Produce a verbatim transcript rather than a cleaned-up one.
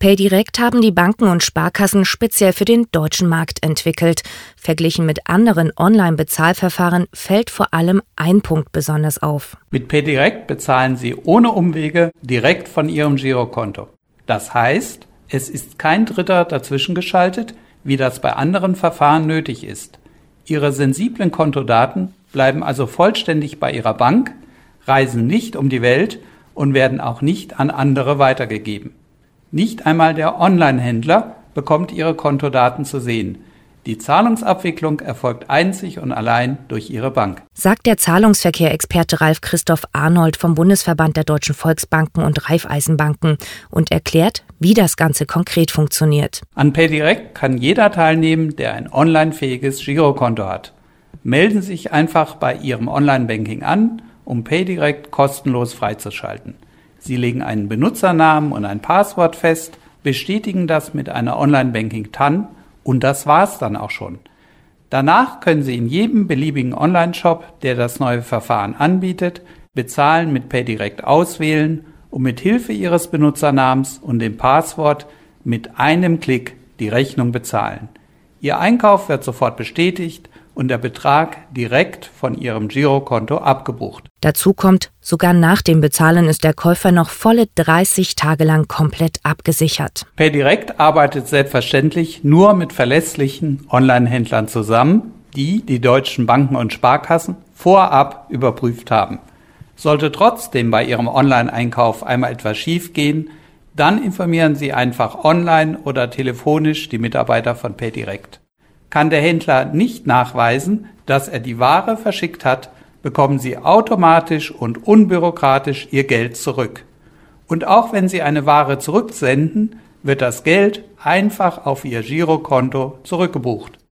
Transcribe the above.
PayDirect haben die Banken und Sparkassen speziell für den deutschen Markt entwickelt. Verglichen mit anderen Online-Bezahlverfahren fällt vor allem ein Punkt besonders auf. Mit PayDirect bezahlen Sie ohne Umwege direkt von Ihrem Girokonto. Das heißt, es ist kein Dritter dazwischen geschaltet, wie das bei anderen Verfahren nötig ist. Ihre sensiblen Kontodaten bleiben also vollständig bei Ihrer Bank, reisen nicht um die Welt und werden auch nicht an andere weitergegeben. Nicht einmal der Online-Händler bekommt Ihre Kontodaten zu sehen. Die Zahlungsabwicklung erfolgt einzig und allein durch Ihre Bank, sagt der Zahlungsverkehr-Experte Ralf Christoph Arnold vom Bundesverband der Deutschen Volksbanken und Raiffeisenbanken und erklärt, wie das Ganze konkret funktioniert. An PayDirect kann jeder teilnehmen, der ein online-fähiges Girokonto hat. Melden Sie sich einfach bei Ihrem Online-Banking an, um PayDirect kostenlos freizuschalten. Sie legen einen Benutzernamen und ein Passwort fest, bestätigen das mit einer Online-Banking-T A N und das war's dann auch schon. Danach können Sie in jedem beliebigen Online-Shop, der das neue Verfahren anbietet, Bezahlen mit PayDirect auswählen und mit Hilfe Ihres Benutzernamens und dem Passwort mit einem Klick die Rechnung bezahlen. Ihr Einkauf wird sofort bestätigt und der Betrag direkt von Ihrem Girokonto abgebucht. Dazu kommt, sogar nach dem Bezahlen ist der Käufer noch volle dreißig Tage lang komplett abgesichert. PayDirect arbeitet selbstverständlich nur mit verlässlichen Online-Händlern zusammen, die die deutschen Banken und Sparkassen vorab überprüft haben. Sollte trotzdem bei Ihrem Online-Einkauf einmal etwas schiefgehen, dann informieren Sie einfach online oder telefonisch die Mitarbeiter von PayDirect. Kann der Händler nicht nachweisen, dass er die Ware verschickt hat, bekommen Sie automatisch und unbürokratisch Ihr Geld zurück. Und auch wenn Sie eine Ware zurücksenden, wird das Geld einfach auf Ihr Girokonto zurückgebucht.